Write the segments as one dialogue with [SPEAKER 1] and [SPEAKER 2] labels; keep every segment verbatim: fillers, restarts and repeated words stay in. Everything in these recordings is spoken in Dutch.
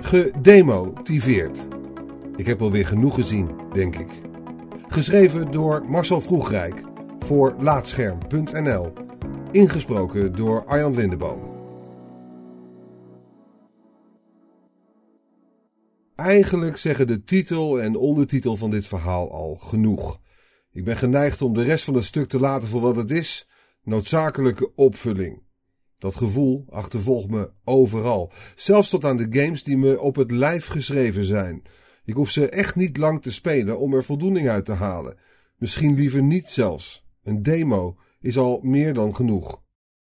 [SPEAKER 1] Gedemotiveerd. Ik heb alweer genoeg gezien, denk ik. Geschreven door Marcel Vroegrijk voor Laatscherm punt n l. Ingesproken door Arjan Lindeboom. Eigenlijk zeggen de titel en ondertitel van dit verhaal al genoeg. Ik ben geneigd om de rest van het stuk te laten voor wat het is: noodzakelijke opvulling. Dat gevoel achtervolgt me overal, zelfs tot aan de games die me op het lijf geschreven zijn. Ik hoef ze echt niet lang te spelen om er voldoening uit te halen. Misschien liever niet zelfs. Een demo is al meer dan genoeg.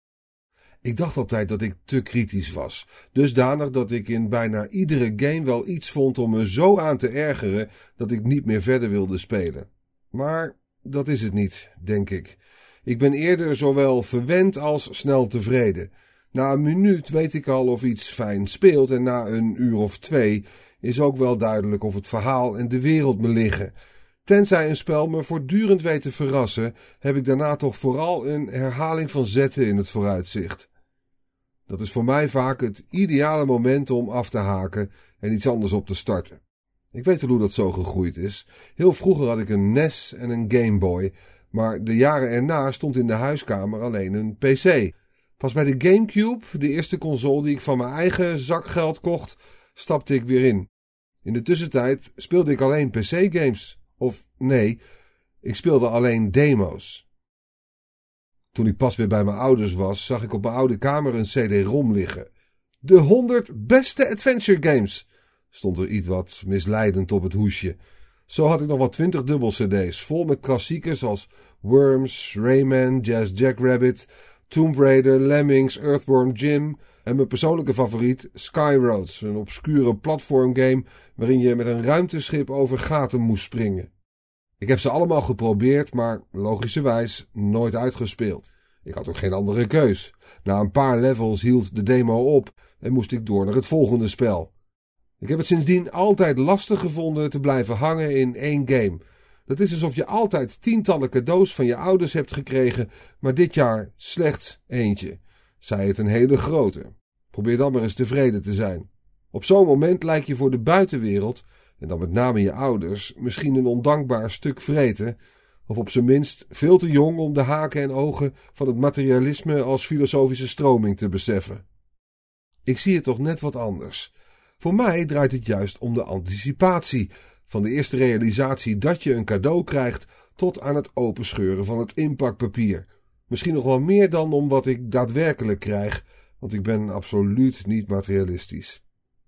[SPEAKER 1] Ik dacht altijd dat ik te kritisch was. Dusdanig dat ik in bijna iedere game wel iets vond om me zo aan te ergeren dat ik niet meer verder wilde spelen. Maar dat is het niet, denk ik. Ik ben eerder zowel verwend als snel tevreden. Na een minuut weet ik al of iets fijn speelt en na een uur of twee is ook wel duidelijk of het verhaal en de wereld me liggen. Tenzij een spel me voortdurend weet te verrassen, heb ik daarna toch vooral een herhaling van zetten in het vooruitzicht. Dat is voor mij vaak het ideale moment om af te haken en iets anders op te starten. Ik weet wel hoe dat zo gegroeid is. Heel vroeger had ik een N E S en een Game Boy, maar de jaren erna stond in de huiskamer alleen een P C. Pas bij de GameCube, de eerste console die ik van mijn eigen zakgeld kocht, stapte ik weer in. In de tussentijd speelde ik alleen P C-games. Of nee, ik speelde alleen demo's. Toen ik pas weer bij mijn ouders was, zag ik op mijn oude kamer een C D-rom liggen. De honderd beste adventure games, stond er iets wat misleidend op het hoesje. Zo had ik nog wel twintig dubbel C D's, vol met klassiekers als Worms, Rayman, Jazz Jackrabbit, Tomb Raider, Lemmings, Earthworm Jim en mijn persoonlijke favoriet Skyroads, een obscure platformgame waarin je met een ruimteschip over gaten moest springen. Ik heb ze allemaal geprobeerd, maar logischerwijs nooit uitgespeeld. Ik had ook geen andere keus. Na een paar levels hield de demo op en moest ik door naar het volgende spel. Ik heb het sindsdien altijd lastig gevonden te blijven hangen in één game. Dat is alsof je altijd tientallen cadeaus van je ouders hebt gekregen, maar dit jaar slechts eentje. Zij het een hele grote. Probeer dan maar eens tevreden te zijn. Op zo'n moment lijkt je voor de buitenwereld, en dan met name je ouders, misschien een ondankbaar stuk vreten, of op zijn minst veel te jong om de haken en ogen van het materialisme als filosofische stroming te beseffen. Ik zie het toch net wat anders. Voor mij draait het juist om de anticipatie, van de eerste realisatie dat je een cadeau krijgt tot aan het openscheuren van het inpakpapier. Misschien nog wel meer dan om wat ik daadwerkelijk krijg, want ik ben absoluut niet materialistisch.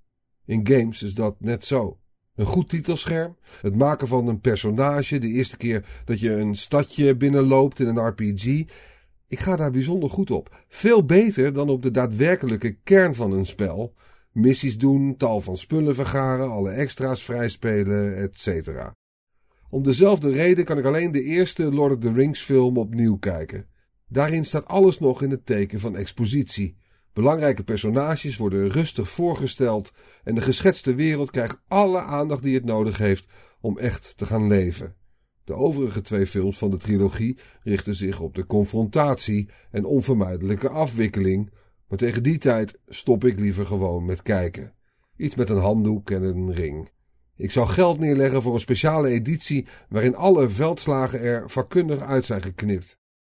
[SPEAKER 1] In games is dat net zo. Een goed titelscherm, het maken van een personage, de eerste keer dat je een stadje binnenloopt in een R P G. Ik ga daar bijzonder goed op. Veel beter dan op de daadwerkelijke kern van een spel. Missies doen, tal van spullen vergaren, alle extra's vrijspelen, et cetera. Om dezelfde reden kan ik alleen de eerste Lord of the Rings film opnieuw kijken. Daarin staat alles nog in het teken van expositie. Belangrijke personages worden rustig voorgesteld en de geschetste wereld krijgt alle aandacht die het nodig heeft om echt te gaan leven. De overige twee films van de trilogie richten zich op de confrontatie en onvermijdelijke afwikkeling, maar tegen die tijd stop ik liever gewoon met kijken. Iets met een handdoek en een ring. Ik zou geld neerleggen voor een speciale editie waarin alle veldslagen er vakkundig uit zijn geknipt.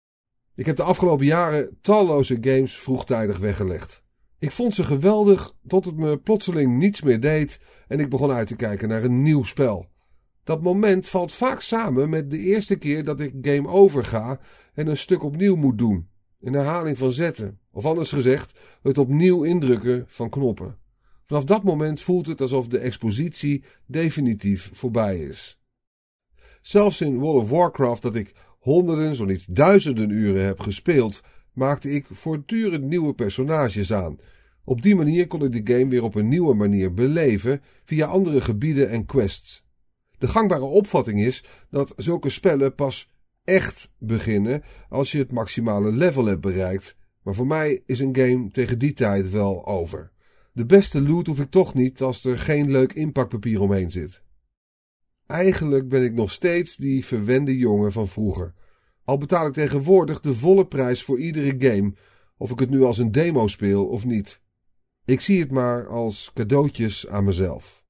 [SPEAKER 1] Ik heb de afgelopen jaren talloze games vroegtijdig weggelegd. Ik vond ze geweldig tot het me plotseling niets meer deed en ik begon uit te kijken naar een nieuw spel. Dat moment valt vaak samen met de eerste keer dat ik game over ga en een stuk opnieuw moet doen. Een herhaling van zetten, of anders gezegd, het opnieuw indrukken van knoppen. Vanaf dat moment voelt het alsof de expositie definitief voorbij is. Zelfs in World of Warcraft, dat ik honderden, zo niet duizenden uren heb gespeeld, maakte ik voortdurend nieuwe personages aan. Op die manier kon ik de game weer op een nieuwe manier beleven via andere gebieden en quests. De gangbare opvatting is dat zulke spellen pas echt beginnen als je het maximale level hebt bereikt, maar voor mij is een game tegen die tijd wel over. De beste loot hoef ik toch niet als er geen leuk inpakpapier omheen zit. Eigenlijk ben ik nog steeds die verwende jongen van vroeger. Al betaal ik tegenwoordig de volle prijs voor iedere game, of ik het nu als een demo speel of niet. Ik zie het maar als cadeautjes aan mezelf.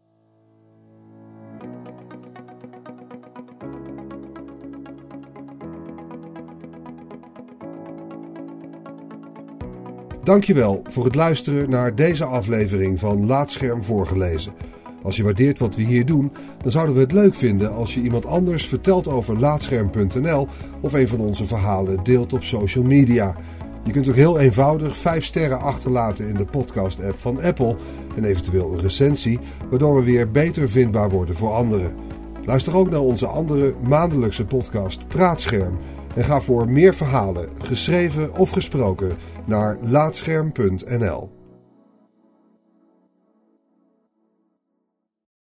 [SPEAKER 1] Dankjewel voor het luisteren naar deze aflevering van Laatscherm voorgelezen. Als je waardeert wat we hier doen, dan zouden we het leuk vinden als je iemand anders vertelt over Laatscherm punt n l of een van onze verhalen deelt op social media. Je kunt ook heel eenvoudig vijf sterren achterlaten in de podcast-app van Apple en eventueel een recensie, waardoor we weer beter vindbaar worden voor anderen. Luister ook naar onze andere maandelijkse podcast Praatscherm en ga voor meer verhalen, geschreven of gesproken, naar Laatscherm punt n l.